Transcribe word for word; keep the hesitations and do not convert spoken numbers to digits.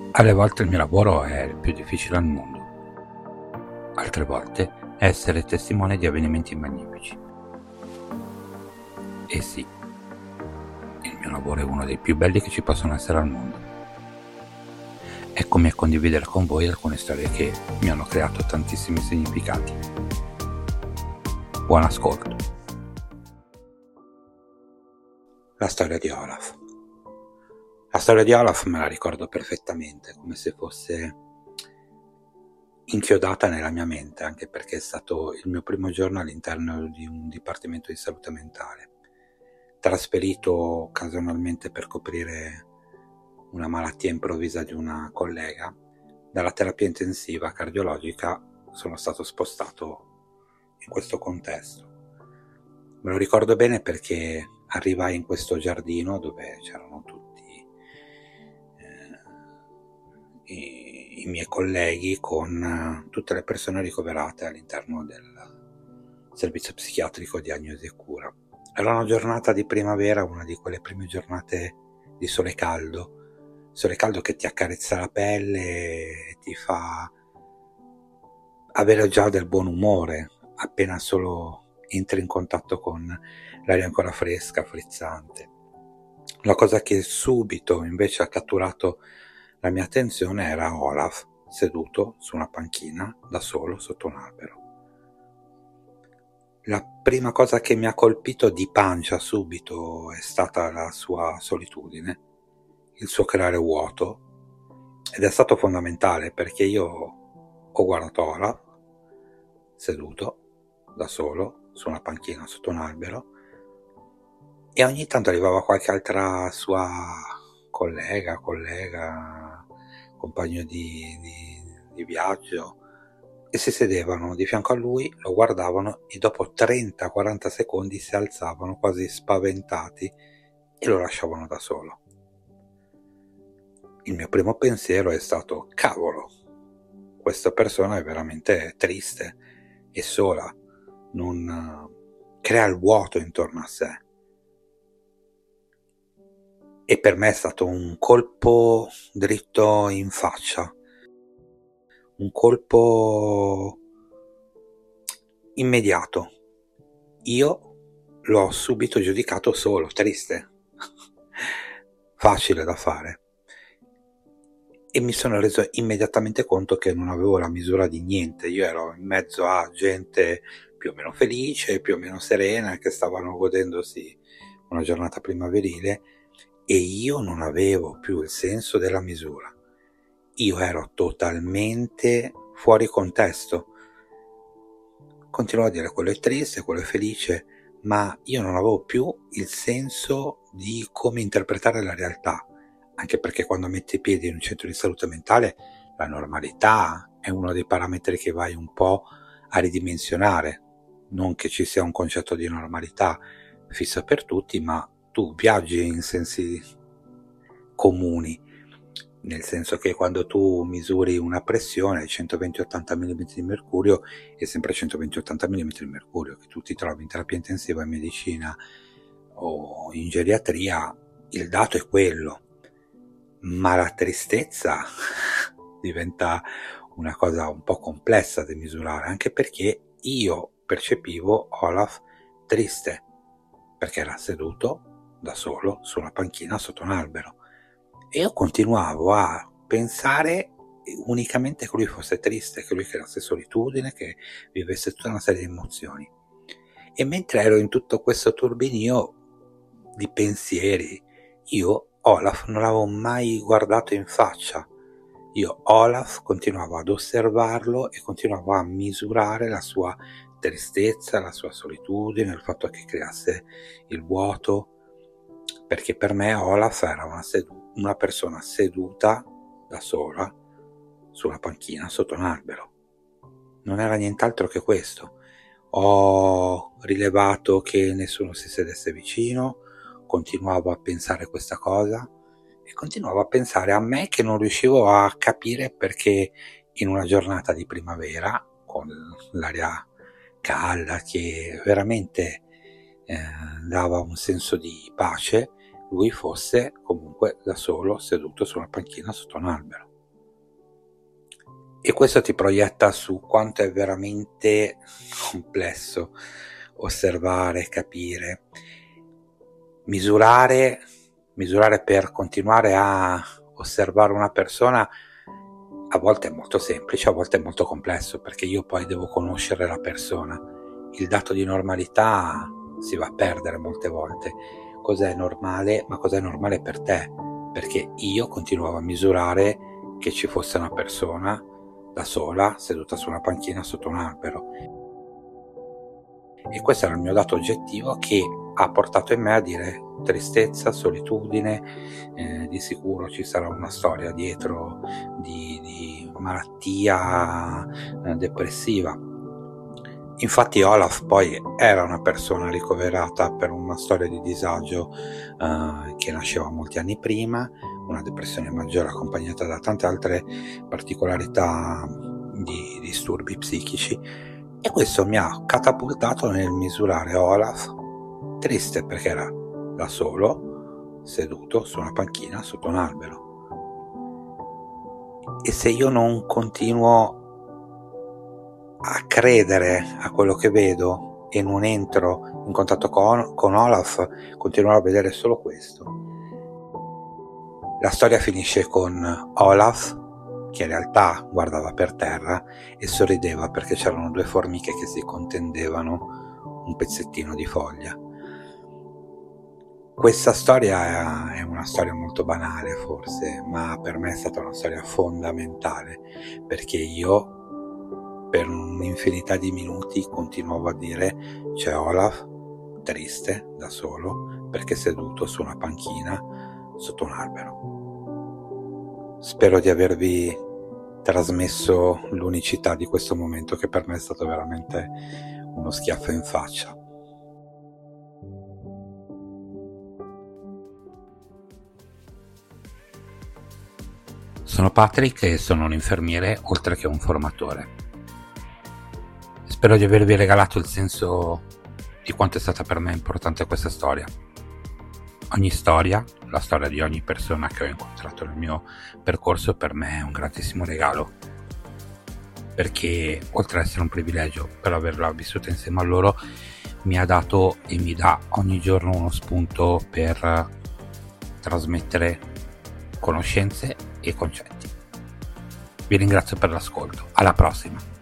Alle volte il mio lavoro è il più difficile al mondo, altre volte è essere testimone di avvenimenti magnifici. E sì, il mio lavoro è uno dei più belli che ci possono essere al mondo. Eccomi a condividere con voi alcune storie che mi hanno creato tantissimi significati. Buon ascolto. La storia di Olaf. La storia di Olaf me la ricordo perfettamente, come se fosse inchiodata nella mia mente, anche perché è stato il mio primo giorno all'interno di un dipartimento di salute mentale, trasferito occasionalmente per coprire una malattia improvvisa di una collega. Dalla terapia intensiva cardiologica sono stato spostato in questo contesto. Me lo ricordo bene perché arrivai in questo giardino dove c'erano tutti eh, i, i miei colleghi con eh, tutte le persone ricoverate all'interno del servizio psichiatrico diagnosi e cura. Era una giornata di primavera, una di quelle prime giornate di sole caldo, sole caldo che ti accarezza la pelle e ti fa avere già del buon umore appena solo entri in contatto con l'aria ancora fresca, frizzante. La cosa che subito invece ha catturato la mia attenzione era Olaf seduto su una panchina da solo sotto un albero. La prima cosa che mi ha colpito di pancia subito è stata la sua solitudine, il suo creare vuoto, ed è stato fondamentale perché io ho guardato Olaf seduto da solo su una panchina sotto un albero e ogni tanto arrivava qualche altra sua collega, collega, compagno di, di, di viaggio e si sedevano di fianco a lui, lo guardavano e dopo trenta quaranta secondi si alzavano quasi spaventati e lo lasciavano da solo. Il mio primo pensiero è stato: cavolo, questa persona è veramente triste e sola, non crea il vuoto intorno a sé. E per me è stato un colpo dritto in faccia, un colpo immediato. Io l'ho subito giudicato solo, triste, facile da fare, e mi sono reso immediatamente conto che non avevo la misura di niente. Io ero in mezzo a gente più o meno felice, più o meno serena, che stavano godendosi una giornata primaverile, e io non avevo più il senso della misura. Io ero totalmente fuori contesto. Continuavo a dire: quello è triste, quello è felice, ma io non avevo più il senso di come interpretare la realtà, anche perché quando metti i piedi in un centro di salute mentale la normalità è uno dei parametri che vai un po' a ridimensionare. Non che ci sia un concetto di normalità fisso per tutti, ma tu viaggi in sensi comuni, nel senso che quando tu misuri una pressione centoventi ottanta millimetri di mercurio è sempre centoventi ottanta millimetri di mercurio, che tu ti trovi in terapia intensiva, in medicina o in geriatria, il dato è quello, ma la tristezza diventa una cosa un po' complessa da misurare, anche perché io percepivo Olaf triste perché era seduto da solo su una panchina sotto un albero. E io continuavo a pensare unicamente che lui fosse triste, che lui creasse solitudine, che vivesse tutta una serie di emozioni. E mentre ero in tutto questo turbinio di pensieri, io Olaf non l'avevo mai guardato in faccia. Io Olaf continuavo ad osservarlo e continuavo a misurare la sua tristezza, la sua solitudine, il fatto che creasse il vuoto, perché per me Olaf era una, sedu- una persona seduta da sola su una panchina sotto un albero. Non era nient'altro che questo. Ho rilevato che nessuno si sedesse vicino, continuavo a pensare questa cosa e continuavo a pensare a me che non riuscivo a capire perché in una giornata di primavera, con l'aria calda che veramente eh, dava un senso di pace, lui fosse comunque da solo seduto su una panchina sotto un albero. E questo ti proietta su quanto è veramente complesso osservare, capire, misurare, misurare per continuare a osservare una persona. A volte è molto semplice, a volte è molto complesso, perché io poi devo conoscere la persona. Il dato di normalità si va a perdere molte volte. Cos'è normale, ma cos'è normale per te? Perché io continuavo a misurare che ci fosse una persona da sola, seduta su una panchina sotto un albero. E questo era il mio dato oggettivo, che ha portato in me a dire tristezza, solitudine, eh, di sicuro ci sarà una storia dietro di, di malattia eh, depressiva. Infatti Olaf poi era una persona ricoverata per una storia di disagio eh, che nasceva molti anni prima, una depressione maggiore accompagnata da tante altre particolarità di disturbi psichici, e questo mi ha catapultato nel misurare Olaf triste perché era da solo, seduto su una panchina sotto un albero. E se io non continuo a credere a quello che vedo e non entro in contatto con, con Olaf, continuerò a vedere solo questo. La storia finisce con Olaf che in realtà guardava per terra e sorrideva perché c'erano due formiche che si contendevano un pezzettino di foglia. Questa storia è una storia molto banale forse, ma per me è stata una storia fondamentale, perché io per un'infinità di minuti continuavo a dire c'è Olaf triste da solo perché seduto su una panchina sotto un albero. Spero di avervi trasmesso l'unicità di questo momento, che per me è stato veramente uno schiaffo in faccia. Sono Patrick e sono un infermiere oltre che un formatore. Spero di avervi regalato il senso di quanto è stata per me importante questa storia. Ogni storia, la storia di ogni persona che ho incontrato nel mio percorso, per me è un grandissimo regalo, perché oltre ad essere un privilegio per averla vissuta insieme a loro, mi ha dato e mi dà ogni giorno uno spunto per trasmettere conoscenze e concetti. Vi ringrazio per l'ascolto, alla prossima!